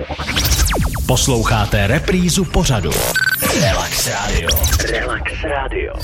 Posloucháte reprízu pořadu Relax Radio. Relax Radio.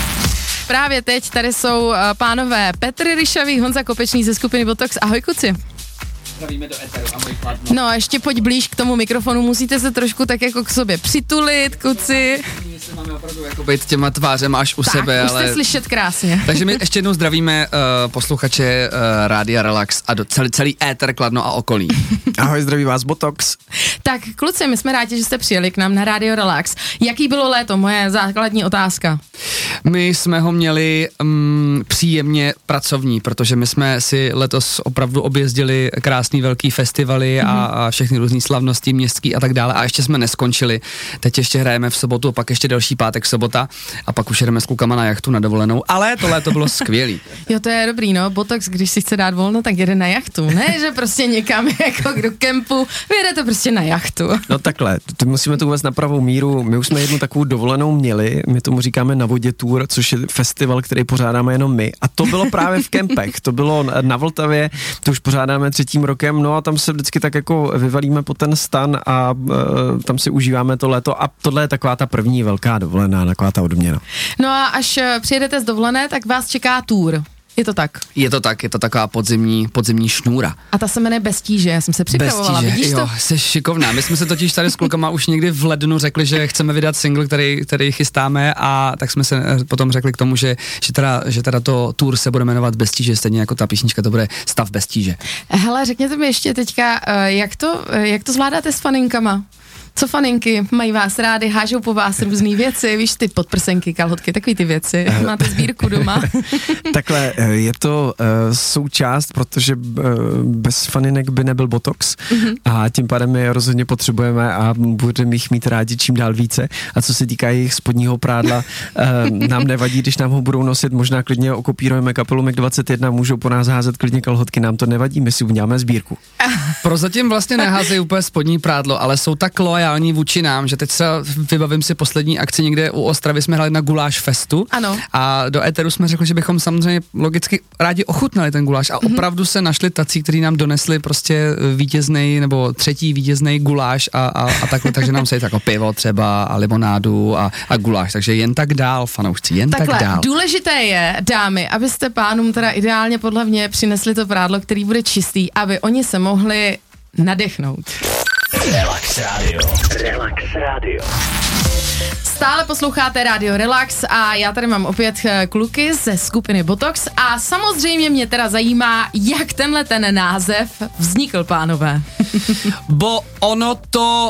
Právě teď tady jsou pánové Petr Ryšavý, Honza Kopečný ze skupiny Botox. Ahoj, kluci. Zdravíme do éteru, ahoj, Kladno. No a ještě pojď blíž k tomu mikrofonu, musíte se trošku tak jako k sobě přitulit, kluci. My máme opravdu jako být těma tvářema až u tak, sebe, už ale... jste slyšet krásně. Takže my ještě jednou zdravíme posluchače Rádia Relax a celý éter Kladno a okolí. Ahoj, zdraví vás Botox. Tak, kluci, my jsme rádi, že jste přijeli k nám na Radio Relax. Jaký bylo léto? Moje základní otázka. My jsme ho měli příjemně pracovní, protože my jsme si letos opravdu objezdili krásný velký festivaly a všechny různý slavnosti městský a tak dále a ještě jsme neskončili. Teď ještě hrajeme v sobotu a pak ještě další pátek sobota a pak už jedeme s klukama na jachtu na dovolenou, ale tohle to bylo skvělý. Jo, to je dobrý, no. Botox, když si chce dát volno, tak jede na jachtu. Ne, že prostě někam jako do kempu, vyjedete prostě na jachtu. No takhle, musíme to uvést na pravou míru. My už jsme jednu takovou dovolenou měli, my tomu říkáme Na vodě tour, což je festival, který pořádáme jenom my. A to bylo právě v kempech, to bylo na Vltavě, to už pořádáme 3. rokem, no a tam se vždycky tak jako vyvalíme po ten stan a tam si užíváme to léto a tohle je taková ta první velká dovolená, taková ta odměna. No a až přijedete z dovolené, tak vás čeká tour. Je to tak? Je to tak, je to taková podzimní šnůra. A ta se jmenuje Bez tíže, já jsem se připravovala, vidíš to? Jo, jsi šikovná. My jsme se totiž tady s klukama už někdy v lednu řekli, že chceme vydat single, který chystáme a tak jsme se potom řekli k tomu, že teda to tour se bude jmenovat Bez tíže, stejně jako ta písnička, to bude Stav bez tíže. Hele, řekněte mi ještě teďka, jak to zvládáte s faninkama? Co faninky? Mají vás rády, hážou po vás různý věci, víš, ty podprsenky, kalhotky, takový ty věci. Máte sbírku doma? Takhle, je to součást, protože bez faninek by nebyl Botox a tím pádem je rozhodně potřebujeme a budeme jich mít rádi čím dál více. A co se týká jejich spodního prádla, nám nevadí, když nám ho budou nosit, možná klidně okopírujeme kapelu MAC21, můžou po nás házet klidně kalhotky, nám to nevadí, my si uděláme sbírku. Prozatím vlastně neházejí úplně spodní prádlo, ale jsou tak loajální vůči nám, že teď se vybavím si poslední akci někde u Ostravy, jsme hráli na guláš festu. Ano. A do éteru jsme řekli, že bychom samozřejmě logicky rádi ochutnali ten guláš a opravdu se našli tací, kteří nám donesli prostě vítěznej nebo třetí vítěznej guláš a takhle, takže nám se jako pivo třeba a limonádu a guláš, takže jen tak dál, fanoušci, jen tak dál. Důležité je, dámy, abyste pánům teda ideálně podle mě přinesli to prádlo, který bude čistý, aby oni se mohli nadechnout. Relax Radio. Relax Radio. Stále posloucháte Radio Relax a já tady mám opět kluky ze skupiny Botox a samozřejmě mě teda zajímá, jak tenhle ten název vznikl, pánové. Bo ono to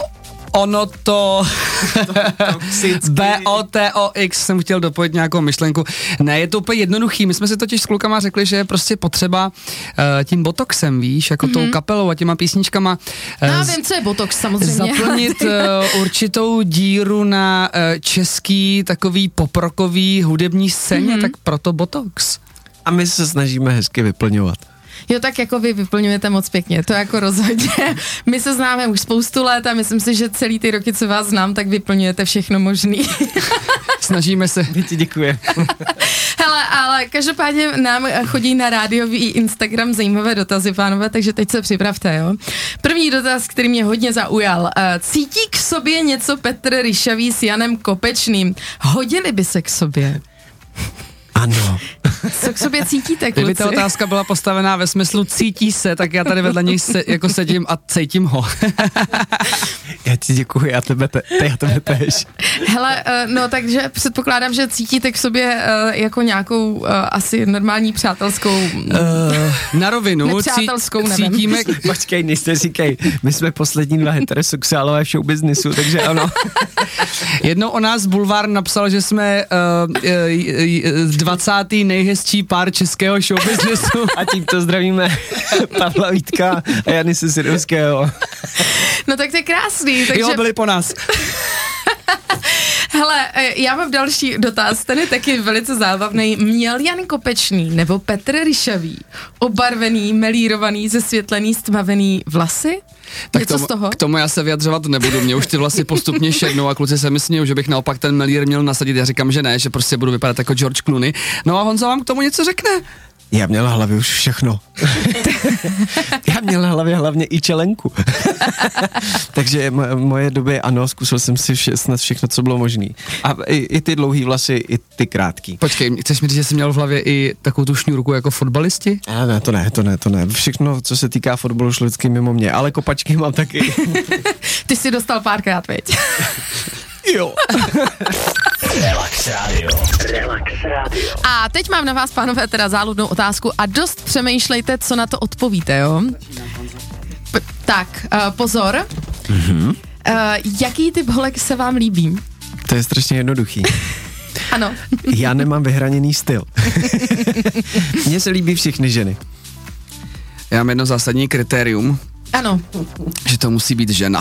BOTOX jsem chtěl dopojit nějakou myšlenku. Ne, je to úplně jednoduchý. My jsme si totiž s klukama řekli, že je prostě potřeba tím botoxem, víš, jako tou kapelou a těma písničkama Já vím, co je botox samozřejmě. Zaplnit určitou díru na český takový poprokový hudební scéně, tak proto botox. A my se snažíme hezky vyplňovat. Jo, tak jako vy vyplňujete moc pěkně, to jako rozhodně. My se známe už spoustu let a myslím si, že celý ty roky, co vás znám, tak vyplňujete všechno možný. Snažíme se. Ti děkuji. Hele, ale každopádně nám chodí na rádiový Instagram zajímavé dotazy, pánové, takže teď se připravte, jo. První dotaz, který mě hodně zaujal. Cítí k sobě něco Petr Ryšavý s Janem Kopečným? Hodili by se k sobě? Ano. Co k sobě cítíte, kluci? Kdyby ta otázka byla postavená ve smyslu cítí se, tak já tady vedle něj jako sedím a cítím ho. Já ti děkuji, já tebe též. Hele, no takže předpokládám, že cítíte k sobě jako nějakou asi normální přátelskou... Na rovinu. Nepřátelskou, nevím. Cítíme... Počkej, nejste říkej, my jsme poslední 2 heterosexuálové v showbiznisu, takže ano. Jednou o nás Bulvár napsal, že jsme 20. nejhezčí pár českého showbiznesu. A tímto zdravíme Pavla Vítka a Janise Sidovského. No tak to je krásný. Takže... Jo, byli po nás. Hele, já mám další dotaz, ten je taky velice zábavný. Měl Jan Kopečný nebo Petr Ryšavý obarvený, melírovaný, zesvětlený, stmavený vlasy? Tak Něco z toho? K tomu já se vyjadřovat nebudu, mě už ty vlasy postupně šednou a kluci se mi smějou, že bych naopak ten melír měl nasadit, já říkám, že ne, že prostě budu vypadat jako George Clooney. No a Honza vám k tomu něco řekne. Já měl na hlavě už všechno. Já měl na hlavě hlavně i čelenku. Takže moje doby, ano, zkusil jsem si snad všechno, co bylo možné. A i ty dlouhý vlasy, i ty krátký. Počkej, chceš mi říct, že jsi měl v hlavě i takovou tu šňůrku jako fotbalisti? Ne, to ne. Všechno, co se týká fotbalu, šlo vždycky mimo mě, ale kopačky mám taky. Ty jsi dostal párkrát, veď? Jo. Relax Radio. Relax Radio. A teď mám na vás, pánové, teda záludnou otázku a dost přemýšlejte, co na to odpovíte, jo? Pozor. Mhm. Jaký typ holek se vám líbí? To je strašně jednoduchý. Ano. Já nemám vyhraněný styl. Mně se líbí všechny ženy. Já mám jedno zásadní kritérium, Ano. že to musí být žena.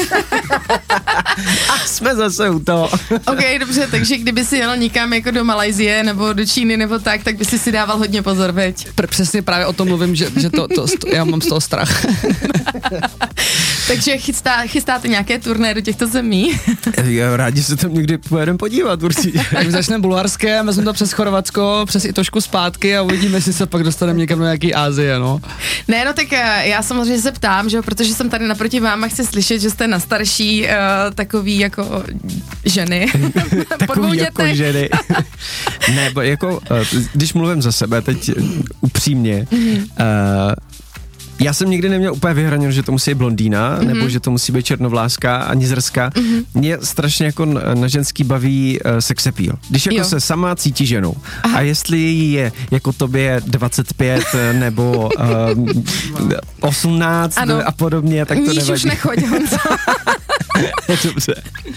A jsme zase u toho. OK, dobře, takže kdyby si jel někam jako do Malajsie nebo do Číny nebo tak by si dával hodně pozor, veď? Přesně právě o tom mluvím, že já mám z toho strach. Takže chystáte nějaké turné do těchto zemí? Já rádi se tam někdy pojedeme podívat určitě. Tak začneme bulharské, vezmeme to přes Chorvatsko, přes i trošku zpátky a uvidíme, jestli se pak dostaneme někam do nějaký Asie, no. Ne, no tak já samozřejmě se ptám, že protože jsem tady naproti vám a chci slyšet, že jste na starší takový jako ženy. Takový jako ženy. Ne, jako, když mluvím za sebe teď upřímně, já jsem nikdy neměl úplně vyhraněno, že to musí být blondýna, nebo že to musí být černovláská ani zrská. Mě strašně jako na ženský baví sex appeal. Když jako se sama cítí ženou. Aha. A jestli je jako tobě 25 nebo 18 a podobně, tak to nevadí. Níž už nechoď, Honzo. Dobře.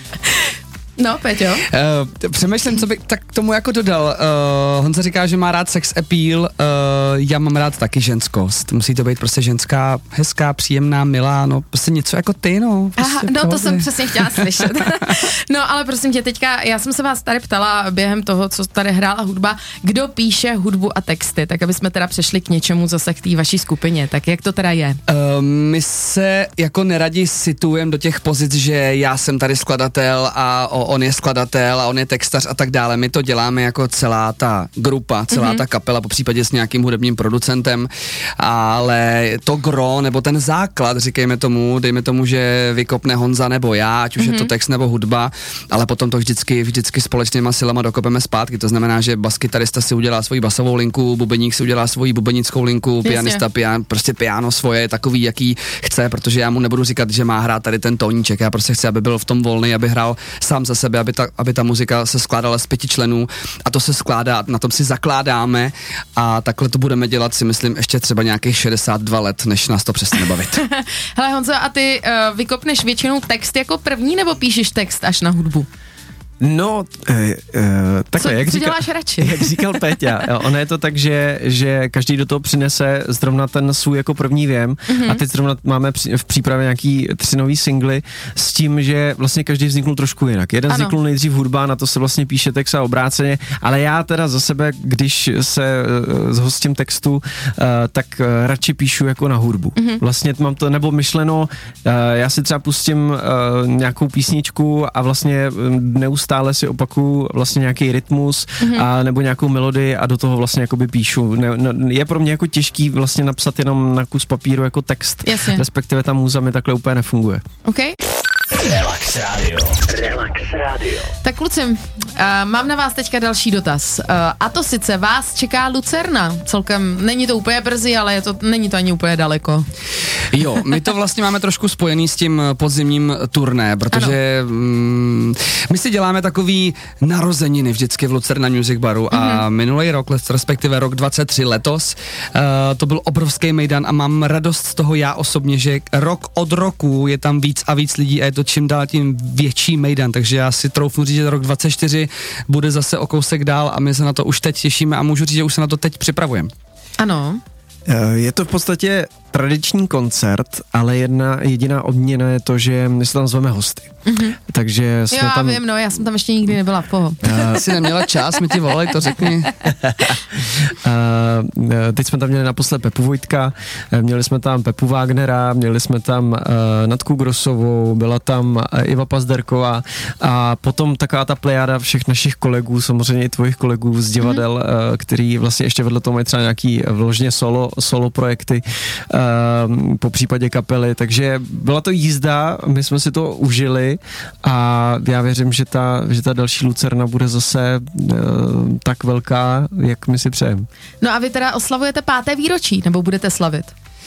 No, Peťo. Přemýšlím, co bych tak k tomu jako dodal. Honza říká, že má rád sex appeal, já mám rád taky ženskost. Musí to být prostě ženská, hezká, příjemná, milá, no prostě něco jako ty, no. Prostě aha, no to jsem přesně chtěla slyšet. No ale prosím tě, teďka, já jsem se vás tady ptala během toho, co tady hrála hudba, kdo píše hudbu a texty, tak aby jsme teda přešli k něčemu zase k té vaší skupině, tak jak to teda je? My se jako neradi situujeme do těch pozic, že já jsem tady skladatel a on je skladatel a on je textař a tak dále. My to děláme jako celá ta grupa, celá ta kapela, po případě s nějakým hudebním producentem, ale to gro, nebo ten základ, říkejme tomu, dejme tomu, že vykopne Honza nebo já, ať už je to text nebo hudba, ale potom to vždycky společnýma silama dokopeme zpátky. To znamená, že baskytarista si udělá svoji basovou linku, bubeník si udělá svoji bubenickou linku, pianista prostě piano svoje, takový, jaký chce, protože já mu nebudu říkat, že má hrát tady ten tóníček. Já prostě chci, aby byl v tom volný, aby hrál sám za sebe, aby ta muzika se skládala z 5 členů a to se skládá, na tom si zakládáme a takhle to budeme dělat, si myslím, ještě třeba nějakých 62 let, než nás to přestane bavit. Hele Honzo, a ty vykopneš většinou text jako první, nebo píšeš text až na hudbu? No, takhle, co děláš radši? Jak říkal Péťa, ono je to tak, že každý do toho přinese zrovna ten svůj jako první věm a teď zrovna máme v přípravě nějaký 3 nový singly s tím, že vlastně každý vzniknul trošku jinak. Jeden vzniknul nejdřív hudba, na to se vlastně píše text a obráceně, ale já teda za sebe, když se zhostím textu, tak radši píšu jako na hudbu. Vlastně mám to nebo myšleno, já si třeba pustím nějakou písničku a vlastně neustále si opakuju vlastně nějaký rytmus a nebo nějakou melodii a do toho vlastně jakoby píšu. Je pro mě jako těžký vlastně napsat jenom na kus papíru jako text, respektive ta můza mi takhle úplně nefunguje. Okay. Relax Radio. Relax Radio. Tak kluci, mám na vás teďka další dotaz. A to sice vás čeká Lucerna. Celkem není to úplně brzy, ale není to ani úplně daleko. Jo, my to vlastně máme trošku spojený s tím podzimním turné, protože my si děláme takový narozeniny vždycky v Lucerna Music Baru a minulý rok, respektive rok 23 letos, to byl obrovský mejdan a mám radost z toho já osobně, že rok od roku je tam víc a víc lidí a je to čím dál tím větší mejdan, takže já si troufnu říct, že rok 24 bude zase o kousek dál a my se na to už teď těšíme a můžu říct, že už se na to teď připravujeme. Ano. Je to v podstatě tradiční koncert, ale jediná odměna je to, že my se tam zveme hosty. Mm-hmm. Takže jsme já tam... vím, já jsem tam ještě nikdy nebyla, poho. Jsi neměla čas, my ti volali, to řekni. Teď jsme tam měli naposled Pepu Vojtka, měli jsme tam Pepu Wagnera, měli jsme tam Natku Grossovou, byla tam Iva Pazderková a potom taková ta plejáda všech našich kolegů, samozřejmě i tvojich kolegů z divadel, který vlastně ještě vedle toho mají třeba nějaký vložně solo projekty, po případě kapely, takže byla to jízda, my jsme si to užili a já věřím, že ta další Lucerna bude zase tak velká, jak my si přejeme. No a vy teda oslavujete 5. výročí, nebo budete slavit?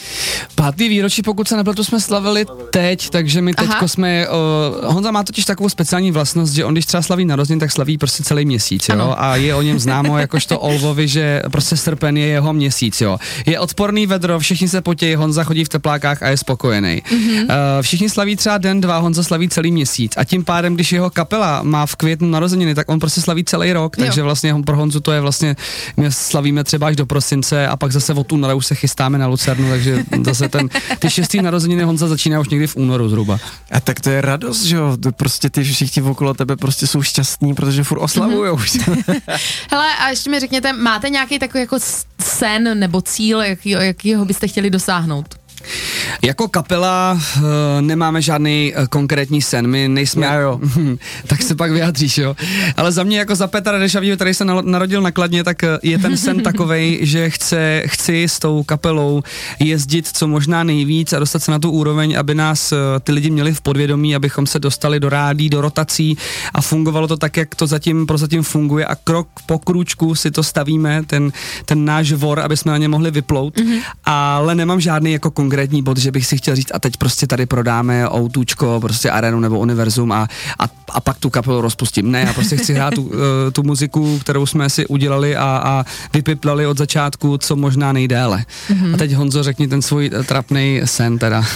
5. výročí, pokud se nepletu, jsme slavili teď, takže my teďko jsme, Honza má totiž takovou speciální vlastnost, že on když třeba slaví narozeniny, tak slaví prostě celý měsíc, jo, ano. A je o něm známo jakožto Olvovi, že prostě srpen je jeho měsíc, jo. Je odporný vedro, všichni se potějí, Honza chodí v teplákách a je spokojený. Mm-hmm. Všichni slaví třeba den, 2, Honza slaví celý měsíc a tím pádem, když jeho kapela má v květnu narozeniny, tak on prostě slaví celý rok, takže vlastně pro Honzu to je vlastně, my slavíme třeba až do prosince a pak zase od února už se chystáme na Lucernu, takže zase ty 6. narozeniny Honza začíná už někdy v únoru zhruba. A tak to je radost, že jo, prostě ty všichni okolo tebe prostě jsou šťastní, protože furt oslavujou. Hele, a ještě mi řekněte, máte nějaký takový jako sen nebo cíl, jakýho byste chtěli dosáhnout? Jako kapela nemáme žádný konkrétní sen, my nejsme... Já jo. Tak se pak vyjádříš, jo. Ale za mě jako za Petra Dešavýho, který se narodil na Kladně, tak je ten sen takovej, že chci s tou kapelou jezdit co možná nejvíc a dostat se na tu úroveň, aby nás ty lidi měli v podvědomí, abychom se dostali do rádií, do rotací a fungovalo to tak, jak to prozatím funguje a krok po krůčku si to stavíme, ten náš vor, aby jsme na ně mohli vyplout, ale nemám žádný jako konkrétní bod, že bych si chtěl říct a teď prostě tady prodáme Outůčko, prostě Arenu nebo Univerzum a pak tu kapelu rozpustím. Ne, já prostě chci hrát tu muziku, kterou jsme si udělali a vypiplali od začátku, co možná nejdéle. A teď Honzo, řekni ten svůj trapnej sen teda.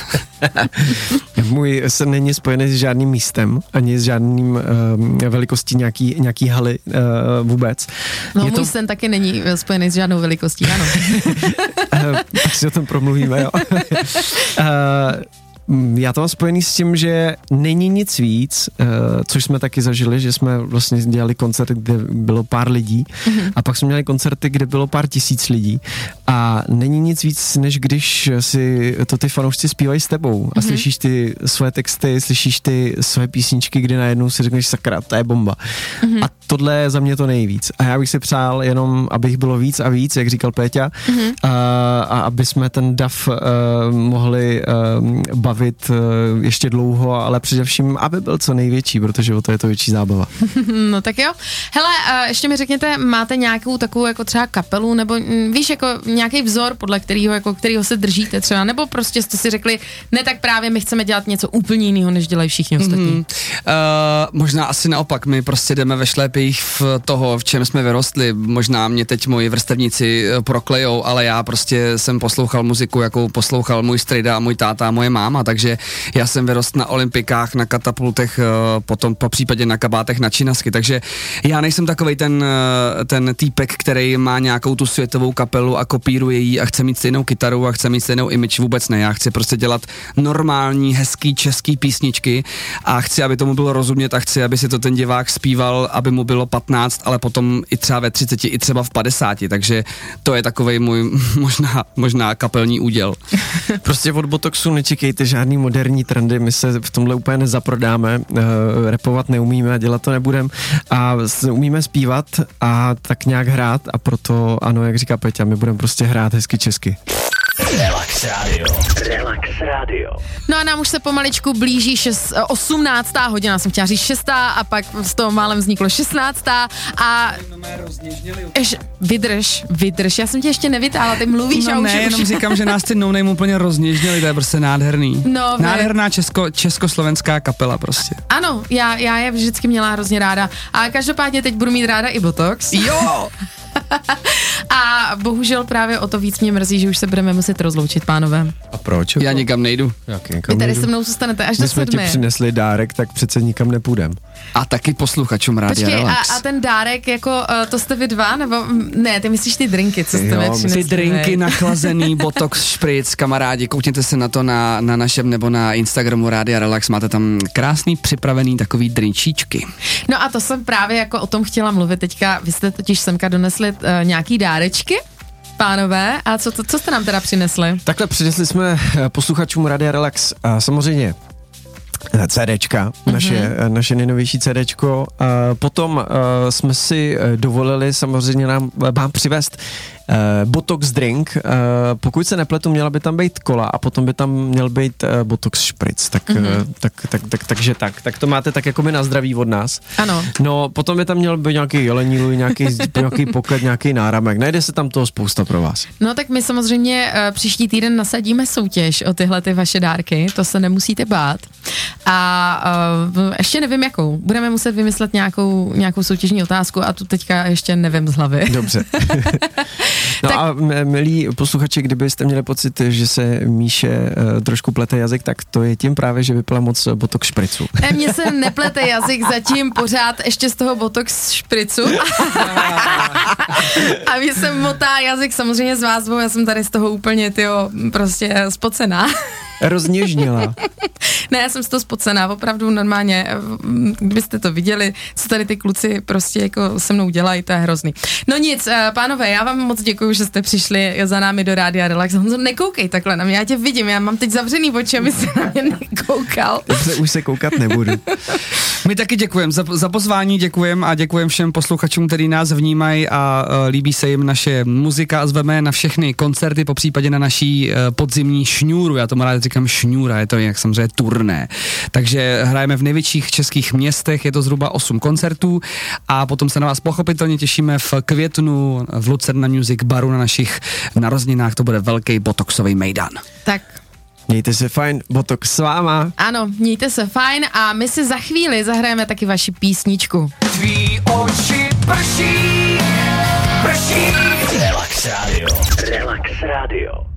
Můj sen není spojený s žádným místem, ani s žádným velikostí nějaký haly vůbec. No můj sen taky není spojený s žádnou velikostí, ano. Tak si o tom promluvíme, jo. Já to mám spojený s tím, že není nic víc, což jsme taky zažili, že jsme vlastně dělali koncerty, kde bylo pár lidí a pak jsme měli koncerty, kde bylo pár tisíc lidí a není nic víc, než když si to ty fanoušci zpívají s tebou a slyšíš ty svoje texty, slyšíš ty své písničky, kdy najednou si řekneš sakra, to je bomba. A tohle je za mě to nejvíc. A já bych si přál jenom, abych bylo víc a víc, jak říkal Péťa, a aby jsme ten dav mohli bavit ještě dlouho, ale především, aby byl co největší, protože o to je to větší zábava. No tak jo. Hele, ještě mi řekněte, máte nějakou takovou jako třeba kapelu, nebo víš, jako nějaký vzor, podle kterého se držíte třeba, nebo prostě jste si řekli, ne, tak právě my chceme dělat něco úplně jiného, než dělají všichni ostatní. Možná asi naopak, my prostě jdeme ve šlépích v toho, v čem jsme vyrostli. Možná mě teď moji vrstevníci proklejou, ale já prostě jsem poslouchal muziku, jakou poslouchal můj strejda a můj táta a moje máma, takže já jsem vyrost na olympikách, na katapultech, potom po případě na kabátech, na činasky, takže já nejsem takovej ten týpek, který má nějakou tu světovou kapelu a kopíruje ji a chce mít stejnou kytaru a chce mít stejnou image, vůbec ne, já chci prostě dělat normální, hezký český písničky a chci, aby tomu bylo rozumět a chci, aby si to ten divák zpíval, aby mu bylo 15, ale potom i třeba ve 30, i třeba v 50, takže to je takovej můj možná kapelní úděl. Prostě od Botoxu nečekejte žádný moderní trendy, my se v tomhle úplně nezaprodáme, rapovat neumíme a dělat to nebudeme a umíme zpívat a tak nějak hrát a proto ano, jak říká Peťa, my budeme prostě hrát hezky česky. Relax Radio. Relax Radio. No a nám už se pomaličku blíží 18. hodina, jsem chtěla říct 6. a pak z toho málem vzniklo 16. a vydrž, já jsem tě ještě nevytáhla, ty mluvíš no a už ne, jenom říkám, že nás ty no-name úplně rozněžnili, to je prostě nádherný. No, nádherná československá kapela prostě. Ano, já je vždycky měla hrozně ráda a každopádně teď budu mít ráda i Botox. Jo! A bohužel právě o to víc mě mrzí, že už se budeme muset rozloučit, pánové. A proč? Já nikam nejdu. Vy tady se mnou zůstanete až do 7. My jsme ti přinesli dárek, tak přece nikam nepůjdem. A taky posluchačům Rádia Relax. A ten dárek, jako to jste vy dva, nebo ne, ty myslíš ty drinky, co jste mi přinesli? Ty drinky, nachlazený botox špric, kamarádi, koukněte se na to na našem nebo na Instagramu Rádia Relax, máte tam krásný připravený takový drinčíčky. No a to jsem právě jako o tom chtěla mluvit teďka, vy jste totiž semka donesli nějaký dárečky, pánové, a co jste nám teda přinesli? Takhle přinesli jsme posluchačům Rádia Relax samozřejmě CDčka, naše nejnovější CDčko. Potom jsme si dovolili samozřejmě vám přivést botox drink. Pokud se nepletu, měla by tam být kola a potom by tam měl být botox špric. Tak to máte tak jako my na zdraví od nás. Ano. No, potom by tam měl být nějaký jelení lůj, nějaký poklad, nějaký náramek. Najde se tam toho spousta pro vás. No tak my samozřejmě příští týden nasadíme soutěž o tyhle ty vaše dárky, to se nemusíte bát. A ještě nevím jakou. Budeme muset vymyslet nějakou soutěžní otázku a tu teďka ještě nevím z hlavy. Dobře. No tak. A milí posluchači, kdybyste měli pocit, že se Míše trošku plete jazyk, tak to je tím právě, že vypila moc botox špricu. Mně se neplete jazyk zatím pořád ještě z toho botox špricu. A mě se motá jazyk samozřejmě s vázbou, já jsem tady z toho úplně prostě spocená. Rozněžnila. Ne, já jsem z toho spocená, opravdu normálně, kdybyste to viděli, co tady ty kluci prostě jako se mnou dělají, to je hrozný. No nic, pánové, já vám moc děkuju, že jste přišli za námi do Rádia Relax. Honzo, nekoukej takhle na mě, já tě vidím, já mám teď zavřený oči, aby se na mě nekoukal. Dobře, už se koukat nebudu. My taky děkujeme za pozvání, děkujeme a děkujeme všem posluchačům, kteří nás vnímají a líbí se jim naše muzika a zveme na všechny koncerty, popřípadě na naší podzimní šňůru, já tomu rád říkám šňůra, je to jak samozřejmě turné. Takže hrajeme v největších českých městech, je to zhruba 8 koncertů a potom se na vás pochopitelně těšíme v květnu v Lucerna Music Baru na našich narozeninách, to bude velký botoxový mejdan. Tak. Mějte se fajn, botox s váma. Ano, mějte se fajn a my si za chvíli zahrajeme taky vaši písničku. Tví oči prší. Relax Radio. Relax Radio.